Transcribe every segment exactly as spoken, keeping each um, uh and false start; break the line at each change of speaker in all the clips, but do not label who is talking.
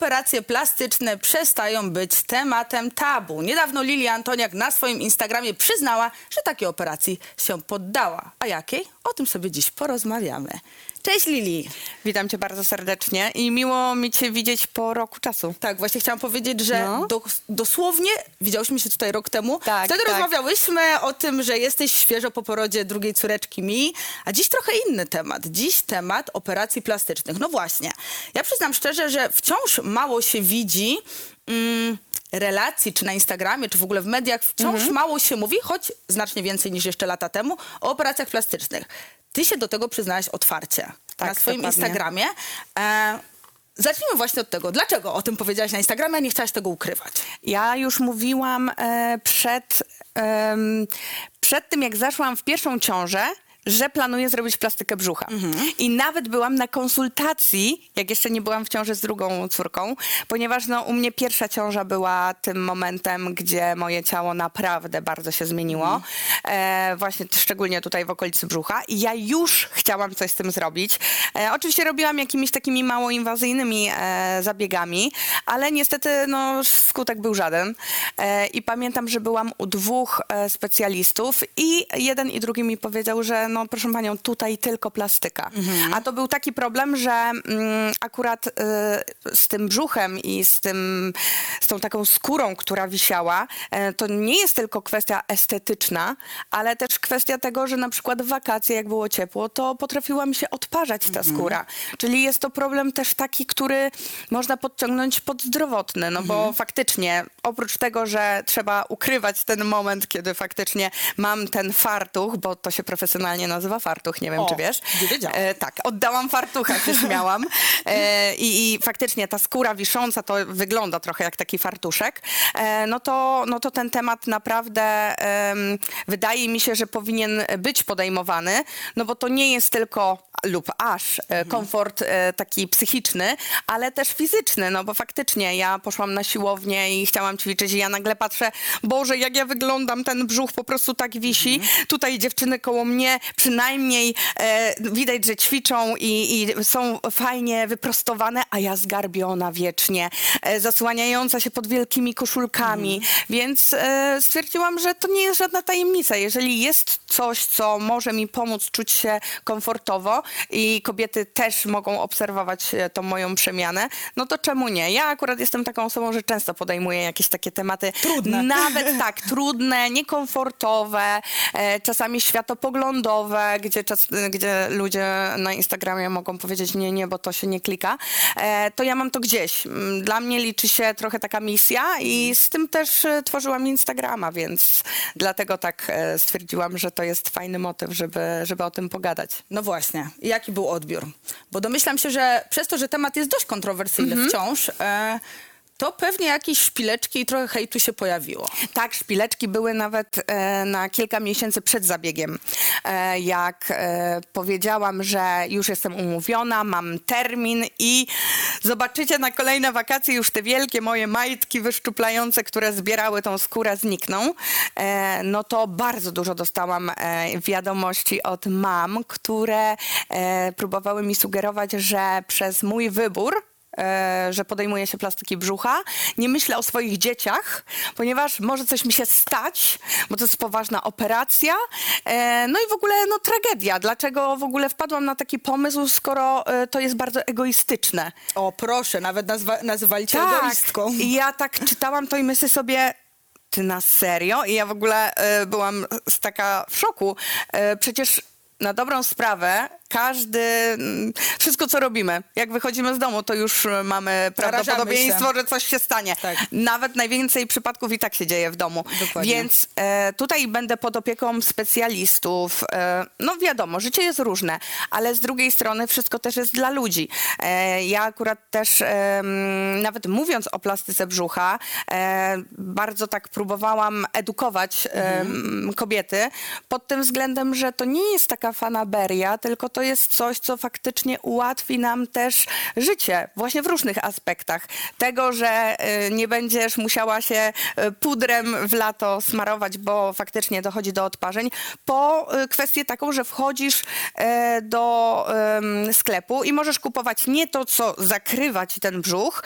operacje plastyczne przestają być tematem tabu. Niedawno Lilia Antoniak na swoim Instagramie przyznała, że takiej operacji się poddała. A jakiej? O tym sobie dziś porozmawiamy. Cześć Lili.
Witam cię bardzo serdecznie i miło mi cię widzieć po roku czasu.
Tak, właśnie chciałam powiedzieć, że
No.
do, dosłownie widziałyśmy się tutaj rok temu.
Tak,
Wtedy
tak.
rozmawiałyśmy o tym, że jesteś świeżo po porodzie drugiej córeczki Mii, a dziś trochę inny temat. Dziś temat operacji plastycznych. No właśnie, ja przyznam szczerze, że wciąż mało się widzi mm, relacji, czy na Instagramie, czy w ogóle w mediach, wciąż
Mhm.
mało się mówi, choć znacznie więcej niż jeszcze lata temu, o operacjach plastycznych. Ty się do tego przyznałaś otwarcie
Tak,
na swoim
dokładnie.
Instagramie. E, zacznijmy właśnie od tego. Dlaczego o tym powiedziałaś na Instagramie, a nie chciałaś tego ukrywać?
Ja już mówiłam e, przed, em, przed tym, jak zaszłam w pierwszą ciążę, że planuję zrobić plastykę brzucha. I nawet byłam na konsultacji, jak jeszcze nie byłam w ciąży z drugą córką, ponieważ no, u mnie pierwsza ciąża była tym momentem, gdzie moje ciało naprawdę bardzo się zmieniło. E, właśnie t- szczególnie tutaj w okolicy brzucha. I ja już chciałam coś z tym zrobić. E, oczywiście robiłam jakimiś takimi mało inwazyjnymi e, zabiegami, ale niestety no, skutek był żaden. E, I pamiętam, że byłam u dwóch e, specjalistów i jeden i drugi mi powiedział, że no proszę panią, tutaj tylko plastyka. A to był taki problem, że mm, akurat y, z tym brzuchem i z tym, z tą taką skórą, która wisiała, e, to nie jest tylko kwestia estetyczna, ale też kwestia tego, że na przykład w wakacje, jak było ciepło, to potrafiła mi się odparzać ta skóra. Czyli jest to problem też taki, który można podciągnąć pod zdrowotny, no bo faktycznie oprócz tego, że trzeba ukrywać ten moment, kiedy faktycznie mam ten fartuch, bo to się profesjonalnie nazywa fartuch, nie wiem,
O,
czy wiesz.
nie wiedziałam.
E, tak, oddałam fartucha, się śmiałam. E, i, I faktycznie ta skóra wisząca to wygląda trochę jak taki fartuszek. E, no, to, no to ten temat naprawdę em, wydaje mi się, że powinien być podejmowany, no bo to nie jest tylko lub aż e, komfort e, taki psychiczny, ale też fizyczny, no bo faktycznie ja poszłam na siłownię i chciałam ćwiczyć i ja nagle patrzę, Boże, jak ja wyglądam, ten brzuch po prostu tak wisi. Tutaj dziewczyny koło mnie przynajmniej e, widać, że ćwiczą i, i są fajnie wyprostowane, a ja zgarbiona wiecznie, e, zasłaniająca się pod wielkimi koszulkami, więc e, stwierdziłam, że to nie jest żadna tajemnica. Jeżeli jest coś, co może mi pomóc czuć się komfortowo i kobiety też mogą obserwować e, tą moją przemianę, no to czemu nie? Ja akurat jestem taką osobą, że często podejmuję jakieś takie tematy
Trudne.
nawet tak, trudne, niekomfortowe, e, czasami światopoglądowe, gdzie, czas, gdzie ludzie na Instagramie mogą powiedzieć nie, nie, bo to się nie klika, e, to ja mam to gdzieś. Mm, Dla mnie liczy się trochę taka misja i z tym też e, tworzyłam Instagrama, więc dlatego tak e, stwierdziłam, że to jest fajny motyw, żeby, żeby o tym pogadać.
No właśnie. I jaki był odbiór? Bo domyślam się, że przez to, że temat jest dość kontrowersyjny wciąż, e, to pewnie jakieś szpileczki i trochę hejtu się pojawiło.
Tak, szpileczki były nawet e, na kilka miesięcy przed zabiegiem. E, jak e, powiedziałam, że już jestem umówiona, mam termin i zobaczycie na kolejne wakacje już te wielkie moje majtki wyszczuplające, które zbierały tą skórę, znikną. E, no to bardzo dużo dostałam e, wiadomości od mam, które e, próbowały mi sugerować, że przez mój wybór E, że podejmuję się plastyki brzucha. Nie myślę o swoich dzieciach, ponieważ może coś mi się stać, bo to jest poważna operacja. E, no i w ogóle no, tragedia. Dlaczego w ogóle wpadłam na taki pomysł, skoro e, to jest bardzo egoistyczne?
O proszę, nawet nazwa, nazywali cię egoistką.
I ja tak czytałam to i myślę sobie, ty na serio? I ja w ogóle e, byłam z taka w szoku. E, przecież na dobrą sprawę każdy, mm, wszystko co robimy, jak wychodzimy z domu, to już mamy prawdopodobieństwo, że coś się stanie.
Tak.
Nawet najwięcej przypadków i tak się dzieje w domu.
Dokładnie.
Więc e, tutaj będę pod opieką specjalistów. E, no wiadomo, życie jest różne, ale z drugiej strony wszystko też jest dla ludzi. E, ja akurat też, e, m, nawet mówiąc o plastyce brzucha, e, bardzo tak próbowałam edukować e, m, kobiety pod tym względem, że to nie jest taka fanaberia, tylko to jest coś, co faktycznie ułatwi nam też życie, właśnie w różnych aspektach. Tego, że y, nie będziesz musiała się y, pudrem w lato smarować, bo faktycznie dochodzi do odparzeń, po y, kwestię taką, że wchodzisz y, do y, sklepu i możesz kupować nie to, co zakrywa ci ten brzuch,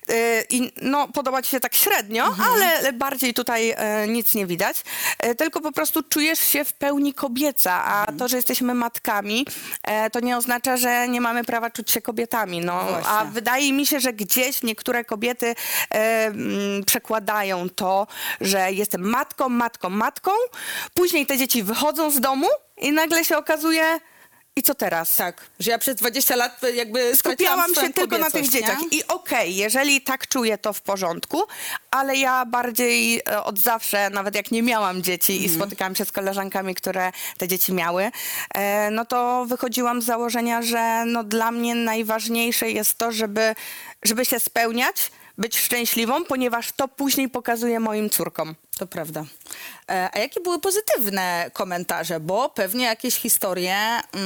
y, i no, podoba ci się tak średnio,
Mhm.
ale bardziej tutaj e, nic nie widać, e, tylko po prostu czujesz się w pełni kobieca, a
Mhm.
to, że jesteśmy matkami, e, to nie oznacza, że nie mamy prawa czuć się kobietami. No,
Właśnie.
a wydaje mi się, że gdzieś niektóre kobiety e, m, przekładają to, że jestem matką, matką, matką, później te dzieci wychodzą z domu i nagle się okazuje, i co teraz?
Tak, że ja przez dwadzieścia lat jakby
Skupiałam
straciłam
się tylko na tych
kobiecość,
dzieciach.
nie?
I okej, jeżeli tak czuję, to w porządku, ale ja bardziej e, od zawsze, nawet jak nie miałam dzieci
Mhm.
i spotykałam się z koleżankami, które te dzieci miały, e, no to wychodziłam z założenia, że no dla mnie najważniejsze jest to, żeby, żeby się spełniać, być szczęśliwą, ponieważ to później pokazuję moim córkom.
To prawda. E, A jakie były pozytywne komentarze? Bo pewnie jakieś historie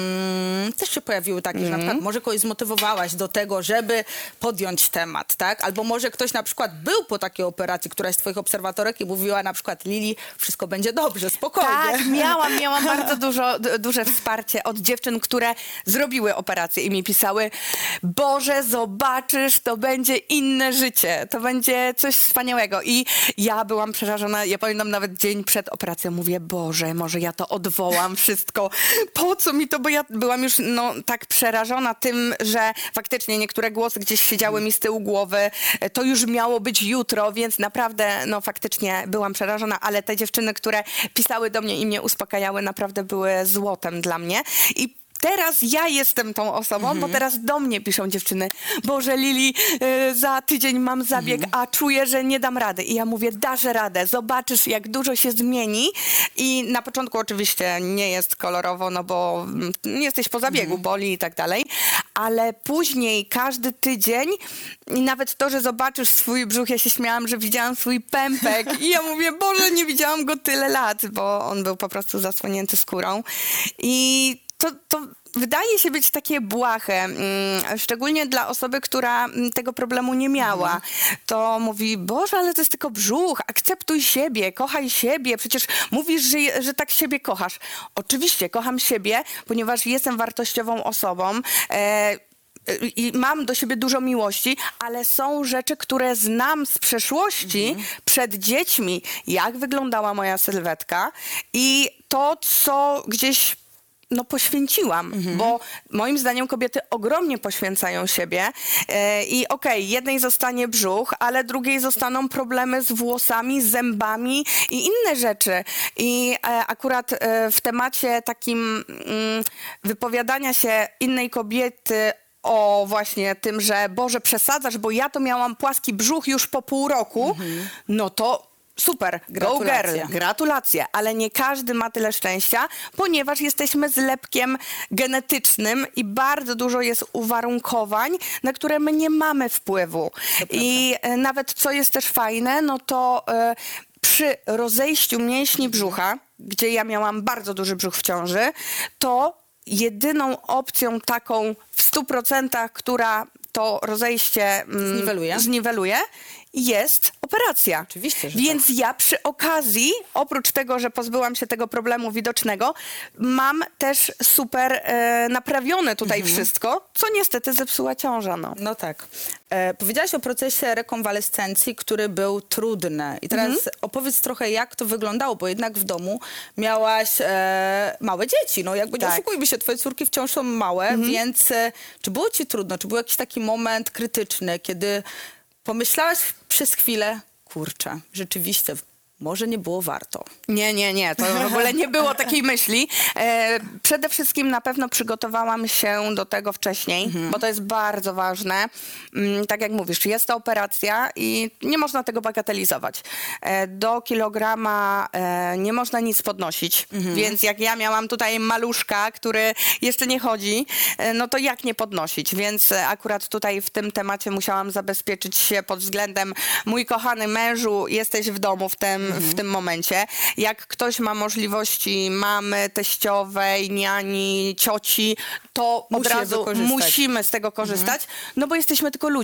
mm, też się pojawiły takie, że na przykład może kogoś zmotywowałaś do tego, żeby podjąć temat, tak? Albo może ktoś na przykład był po takiej operacji, któraś z twoich obserwatorek i mówiła na przykład Lili, wszystko będzie dobrze, spokojnie.
Tak, miałam, miałam bardzo dużo, d- duże wsparcie od dziewczyn, które zrobiły operację i mi pisały: Boże, zobaczysz, to będzie inne życie, to będzie coś wspaniałego. I ja byłam przerażona, ja pamiętam nawet dzień przed operacją, mówię: Boże, może ja to odwołam wszystko, po co mi to, bo ja byłam już no, tak przerażona tym, że faktycznie niektóre głosy gdzieś siedziały mi z tyłu głowy, to już miało być jutro, więc naprawdę, no faktycznie byłam przerażona, ale te dziewczyny, które pisały do mnie i mnie uspokajały, naprawdę były złotem dla mnie. I teraz ja jestem tą osobą, bo teraz do mnie piszą dziewczyny: Boże, Lili, y, za tydzień mam zabieg, a czuję, że nie dam rady. I ja mówię: dasz radę, zobaczysz, jak dużo się zmieni. I na początku oczywiście nie jest kolorowo, no bo mm, jesteś po zabiegu, boli i tak dalej, ale później każdy tydzień i nawet to, że zobaczysz swój brzuch, ja się śmiałam, że widziałam swój pępek i ja mówię: Boże, nie widziałam go tyle lat, bo on był po prostu zasłonięty skórą. I To, to wydaje się być takie błahe, mm, szczególnie dla osoby, która mm, tego problemu nie miała.
Mhm.
To mówi: Boże, ale to jest tylko brzuch, akceptuj siebie, kochaj siebie, przecież mówisz, że, je- że tak siebie kochasz. Oczywiście, kocham siebie, ponieważ jestem wartościową osobą. E, i mam do siebie dużo miłości, ale są rzeczy, które znam z przeszłości, przed dziećmi, jak wyglądała moja sylwetka i to, co gdzieś no poświęciłam, bo moim zdaniem kobiety ogromnie poświęcają siebie e, i okej, jednej zostanie brzuch, ale drugiej zostaną problemy z włosami, zębami i inne rzeczy. I e, akurat e, w temacie takim mm, wypowiadania się innej kobiety o właśnie tym, że Boże, przesadzasz, bo ja to miałam płaski brzuch już po pół roku, no to super, go
Gratulacje.
girl, gratulacje, ale nie każdy ma tyle szczęścia, ponieważ jesteśmy zlepkiem genetycznym i bardzo dużo jest uwarunkowań, na które my nie mamy wpływu. I e, nawet co jest też fajne, no to e, przy rozejściu mięśni brzucha, gdzie ja miałam bardzo duży brzuch w ciąży, to jedyną opcją taką w stu procentach, która to rozejście mm,
Zniweluje.
zniweluje, jest operacja.
Oczywiście, że
Więc ja przy okazji, oprócz tego, że pozbyłam się tego problemu widocznego, mam też super e, naprawione tutaj wszystko, co niestety zepsuła ciąża. No.
No tak. E, powiedziałaś o procesie rekonwalescencji, który był trudny. I teraz opowiedz trochę, jak to wyglądało, bo jednak w domu miałaś e, małe dzieci. No jakby nie
Tak.
oszukujmy się, twoje córki wciąż są małe, więc e, czy było ci trudno? Czy był jakiś taki moment krytyczny, kiedy pomyślałaś przez chwilę: kurczę, rzeczywiście, może nie było warto.
Nie, nie, nie, to w ogóle nie było takiej myśli. E, przede wszystkim na pewno przygotowałam się do tego wcześniej, bo to jest bardzo ważne. Mm, tak jak mówisz, jest to operacja i nie można tego bagatelizować. E, do kilograma e, nie można nic podnosić, więc jak ja miałam tutaj maluszka, który jeszcze nie chodzi, e, no to jak nie podnosić? Więc e, akurat tutaj w tym temacie musiałam zabezpieczyć się pod względem: mój kochany mężu, jesteś w domu w tym, w tym momencie. Jak ktoś ma możliwości mamy, teściowej, niani, cioci, to
Musi
od
je
razu
wykorzystać.
musimy z tego korzystać, no bo jesteśmy tylko ludźmi.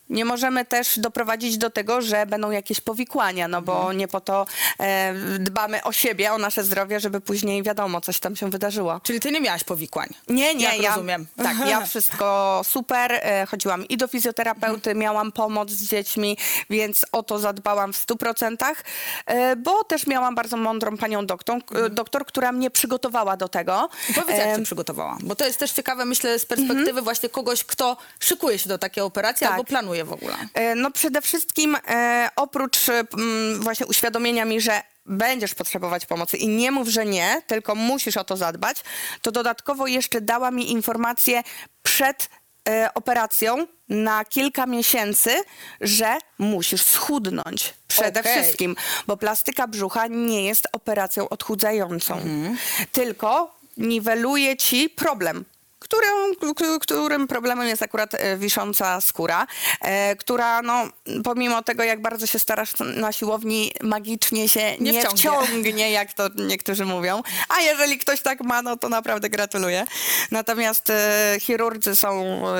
nie możemy też doprowadzić do tego, że będą jakieś powikłania, no bo nie po to e, dbamy o siebie, o nasze zdrowie, żeby później wiadomo, coś tam się wydarzyło.
Czyli ty nie miałaś powikłań?
Nie, nie,
Jak
ja,
rozumiem.
tak, ja wszystko super, e, chodziłam i do fizjoterapeuty, miałam pomoc z dziećmi, więc o to zadbałam w stu procentach, e, bo też miałam bardzo mądrą panią doktor, e, doktor, która mnie przygotowała do tego.
Powiedz, jak
E,
cię przygotowała, bo to jest też ciekawe, myślę, z perspektywy właśnie kogoś, kto szykuje się do takiej operacji
Tak.
albo planuje w ogóle.
E, No przede wszystkim e, oprócz e, m, właśnie uświadomienia mi, że będziesz potrzebować pomocy i nie mów, że nie, tylko musisz o to zadbać, to dodatkowo jeszcze dała mi informację przed e, operacją na kilka miesięcy, że musisz schudnąć. Przede
Okej.
wszystkim, bo plastyka brzucha nie jest operacją odchudzającą, tylko niweluje ci problem. Którym, k- którym problemem jest akurat e, wisząca skóra, e, która no, pomimo tego, jak bardzo się starasz na siłowni, magicznie się
Nie
nie,
wciągnie.
wciągnie, jak to niektórzy mówią. A jeżeli ktoś tak ma, no to naprawdę gratuluję. Natomiast e, chirurdzy są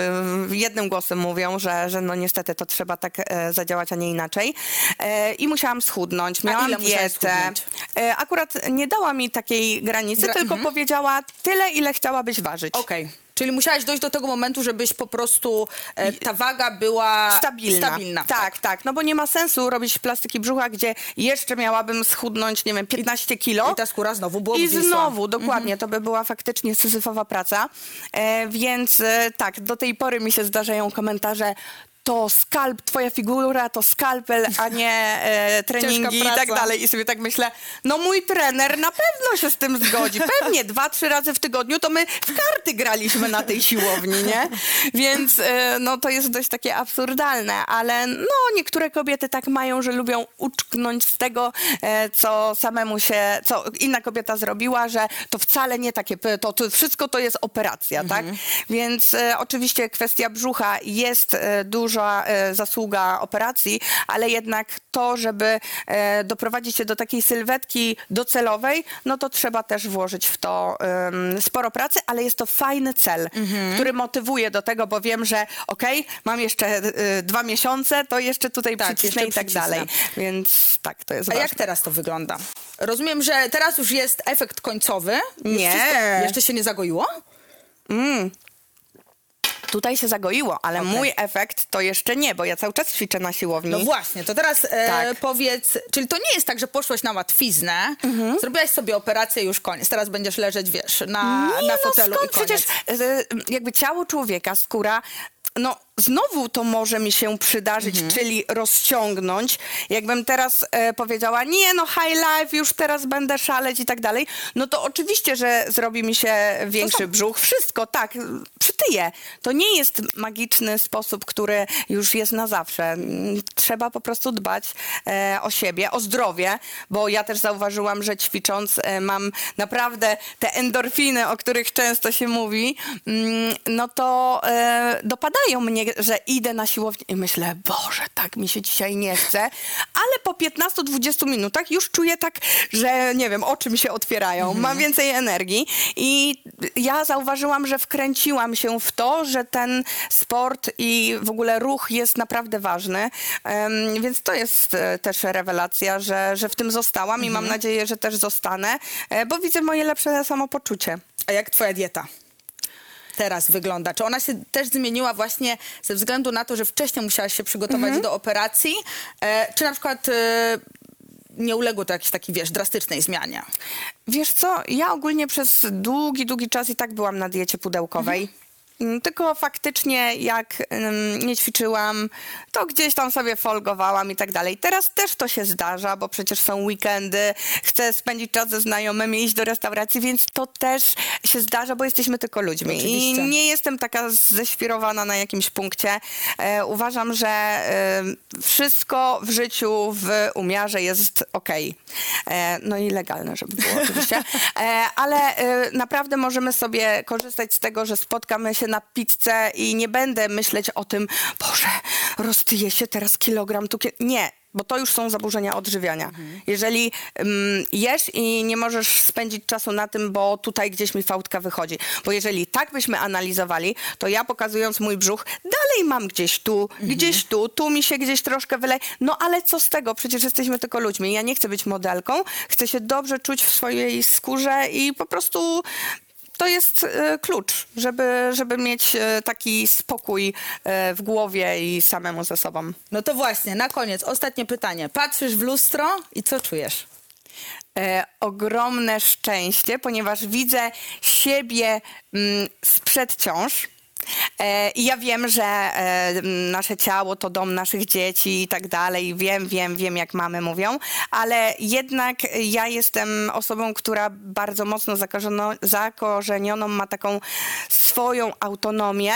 e, jednym głosem mówią, że, że no niestety to trzeba tak e, zadziałać, a nie inaczej. E, I musiałam schudnąć.
A
Miałam
ile musiałaś
dietę.
schudnąć?
E, akurat nie dała mi takiej granicy,
Gra-
tylko powiedziała tyle, ile chciałabyś ważyć.
Okej. Czyli musiałaś dojść do tego momentu, żebyś po prostu e, ta waga była
Stabilna.
stabilna.
Tak, tak. No bo nie ma sensu robić plastyki brzucha, gdzie jeszcze miałabym schudnąć, nie wiem, piętnaście kilo.
I ta skóra znowu była
I
obwisła.
znowu, dokładnie, to by była faktycznie syzyfowa praca. E, więc e, tak, do tej pory mi się zdarzają komentarze, to skalp, twoja figura to skalpel, a nie e, treningi i
praca.
tak dalej. I sobie tak myślę, no mój trener na pewno się z tym zgodzi. Pewnie dwa, trzy razy w tygodniu to my w karty graliśmy na tej siłowni, nie? Więc e, no to jest dość takie absurdalne, ale no niektóre kobiety tak mają, że lubią uczknąć z tego, e, co samemu się, co inna kobieta zrobiła, że to wcale nie takie, to, to wszystko to jest operacja, tak? Więc e, oczywiście kwestia brzucha jest e, duża e, zasługa operacji, ale jednak to, żeby e, doprowadzić się do takiej sylwetki docelowej, no to trzeba też włożyć w to em, sporo pracy, ale jest to fajny cel, który motywuje do tego, bo wiem, że okej, mam jeszcze e, dwa miesiące, to jeszcze tutaj
Tak,
przycisnę
jeszcze
i tak
przycisnę.
dalej. Więc tak, to jest
A
ważne.
jak teraz to wygląda? Rozumiem, że teraz już jest efekt końcowy. Już
Nie.
wszystko- Jeszcze się nie zagoiło?
Tutaj się zagoiło, ale
Okej.
mój efekt to jeszcze nie, bo ja cały czas ćwiczę na siłowni.
No właśnie, to teraz e,
Tak.
powiedz, czyli to nie jest tak, że poszłaś na łatwiznę,
Mhm.
zrobiłaś sobie operację i już koniec. Teraz będziesz leżeć, wiesz, na,
Nie,
na
no
fotelu
skąd?
i koniec.
Przecież e, jakby ciało człowieka, skóra, no znowu to może mi się przydarzyć,
Mhm.
czyli rozciągnąć. Jakbym teraz e, powiedziała, nie no high life, już teraz będę szaleć i tak dalej, no to oczywiście, że zrobi mi się większy
są-
brzuch, wszystko, tak, przytyję. To nie jest magiczny sposób, który już jest na zawsze. Mm, Trzeba po prostu dbać e, o siebie, o zdrowie, bo ja też zauważyłam, że ćwicząc e, mam naprawdę te endorfiny, o których często się mówi, mm, no to e, dopadają mnie, że idę na siłownię i myślę, Boże, tak mi się dzisiaj nie chce, ale po piętnastu dwudziestu minutach już czuję tak, że nie wiem, oczy mi się otwierają, mam więcej energii i ja zauważyłam, że wkręciłam się w to, że ten sport i w ogóle ruch jest naprawdę ważny, Em, więc to jest e, też rewelacja, że, że w tym zostałam i mam nadzieję, że też zostanę, e, bo widzę moje lepsze samopoczucie.
A jak twoja dieta teraz wygląda? Czy ona się też zmieniła właśnie ze względu na to, że wcześniej musiałaś się przygotować
Mhm.
do operacji? E, czy na przykład e, nie uległo to jakiejś takiej, wiesz, drastycznej zmianie?
Wiesz co, ja ogólnie przez długi, długi czas i tak byłam na diecie pudełkowej. Mm, Tylko faktycznie jak ym, nie ćwiczyłam, to gdzieś tam sobie folgowałam i tak dalej. Teraz też to się zdarza, bo przecież są weekendy, chcę spędzić czas ze znajomymi, iść do restauracji, więc to też się zdarza, bo jesteśmy tylko ludźmi.
Oczywiście.
I nie jestem taka ześwirowana na jakimś punkcie. E, uważam, że e, wszystko w życiu w umiarze jest okej. E, No i legalne, żeby było oczywiście. E, ale e, naprawdę możemy sobie korzystać z tego, że spotkamy się na pizzę i nie będę myśleć o tym, Boże, roztyję się teraz kilogram tu. ki-". Nie. bo to już są zaburzenia odżywiania. Jeżeli um, jesz i nie możesz spędzić czasu na tym, bo tutaj gdzieś mi fałdka wychodzi. Bo jeżeli tak byśmy analizowali, to ja pokazując mój brzuch, dalej mam gdzieś tu, gdzieś tu, tu mi się gdzieś troszkę wyleje. No ale co z tego? Przecież jesteśmy tylko ludźmi. Ja nie chcę być modelką, chcę się dobrze czuć w swojej skórze i po prostu to jest e, klucz, żeby, żeby mieć e, taki spokój e, w głowie i samemu ze sobą.
No to właśnie, na koniec, ostatnie pytanie. Patrzysz w lustro i co czujesz?
E, ogromne szczęście, ponieważ widzę siebie mm, sprzed ciąż. E, I ja wiem, że e, nasze ciało to dom naszych dzieci i tak dalej. Wiem, wiem, wiem, jak mamy mówią, ale jednak ja jestem osobą, która bardzo mocno zakorzenioną, zakorzenioną ma taką swoją autonomię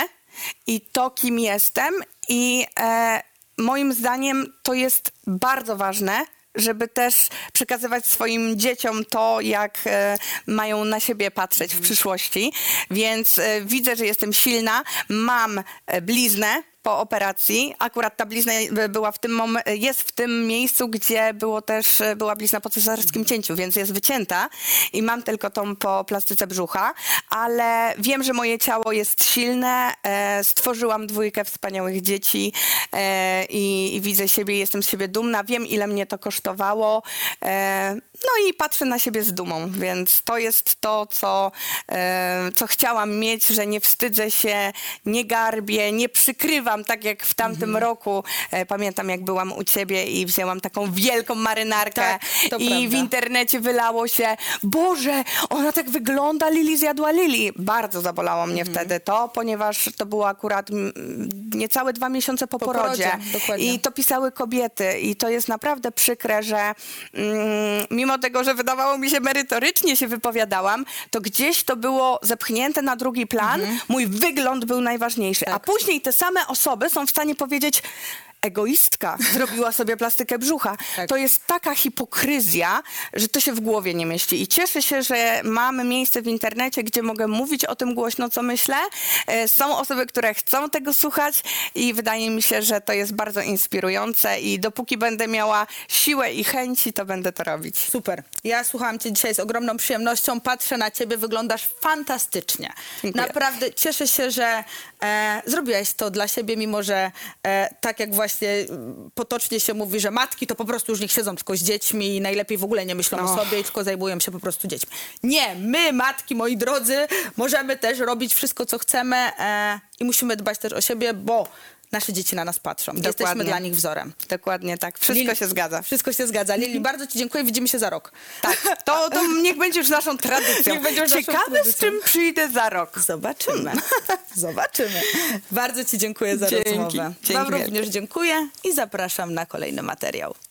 i to, kim jestem. I e, moim zdaniem to jest bardzo ważne, żeby też przekazywać swoim dzieciom to, jak e, mają na siebie patrzeć w przyszłości. Więc e, widzę, że jestem silna, mam e, bliznę po operacji. Akurat ta blizna była w tym mom- jest w tym miejscu, gdzie było też, była blizna po cesarskim cięciu, więc jest wycięta i mam tylko tą po plastyce brzucha, ale wiem, że moje ciało jest silne, e, stworzyłam dwójkę wspaniałych dzieci e, i, i widzę siebie, jestem z siebie dumna, wiem, ile mnie to kosztowało, e, no i patrzę na siebie z dumą, więc to jest to, co, e, co chciałam mieć, że nie wstydzę się, nie garbię, nie przykrywam, tak jak w tamtym
Mhm.
roku. E, pamiętam, jak byłam u ciebie i wzięłam taką wielką marynarkę
Tak, to
i
prawda.
w internecie wylało się, Boże, ona tak wygląda, Lili zjadła Lili. Bardzo zabolało mnie
Mhm.
wtedy to, ponieważ to było akurat mm, niecałe dwa miesiące po,
Po
porodzie.
porodzie, dokładnie.
I to pisały kobiety i to jest naprawdę przykre, że mm, mimo tego, że wydawało mi się merytorycznie się wypowiadałam, to gdzieś to było zepchnięte na drugi plan. Mój wygląd był najważniejszy. A
Tak.
później te same osoby są w stanie powiedzieć, egoistka zrobiła sobie plastykę brzucha.
Tak.
To jest taka hipokryzja, że to się w głowie nie mieści. I cieszę się, że mamy miejsce w internecie, gdzie mogę mówić o tym głośno, co myślę. E, Są osoby, które chcą tego słuchać i wydaje mi się, że to jest bardzo inspirujące i dopóki będę miała siłę i chęci, to będę to robić.
Super. Ja słuchałam cię dzisiaj z ogromną przyjemnością. Patrzę na ciebie, wyglądasz fantastycznie.
Dziękuję.
Naprawdę cieszę się, że e, zrobiłaś to dla siebie, mimo że e, tak jak właśnie mm, potocznie się mówi, że matki to po prostu już niech siedzą tylko z dziećmi i najlepiej w ogóle nie myślą
No.
o sobie i tylko zajmują się po prostu dziećmi. Nie, my matki, moi drodzy, możemy też robić wszystko, co chcemy e, i musimy dbać też o siebie, bo nasze dzieci na nas patrzą. Jesteśmy
Dokładnie.
dla nich wzorem.
Dokładnie tak. Wszystko
Lili,
się zgadza.
Wszystko się zgadza. Lili, bardzo ci dziękuję. Widzimy się za rok.
Tak, to, to niech będzie już naszą tradycją.
Niech będzie już naszą
Ciekawe,
tradycją.
z czym przyjdę za rok.
Zobaczymy. Zobaczymy. Bardzo ci dziękuję za
Dzięki.
rozmowę.
Dzięki
Wam
wielkie.
również dziękuję i zapraszam na kolejny materiał.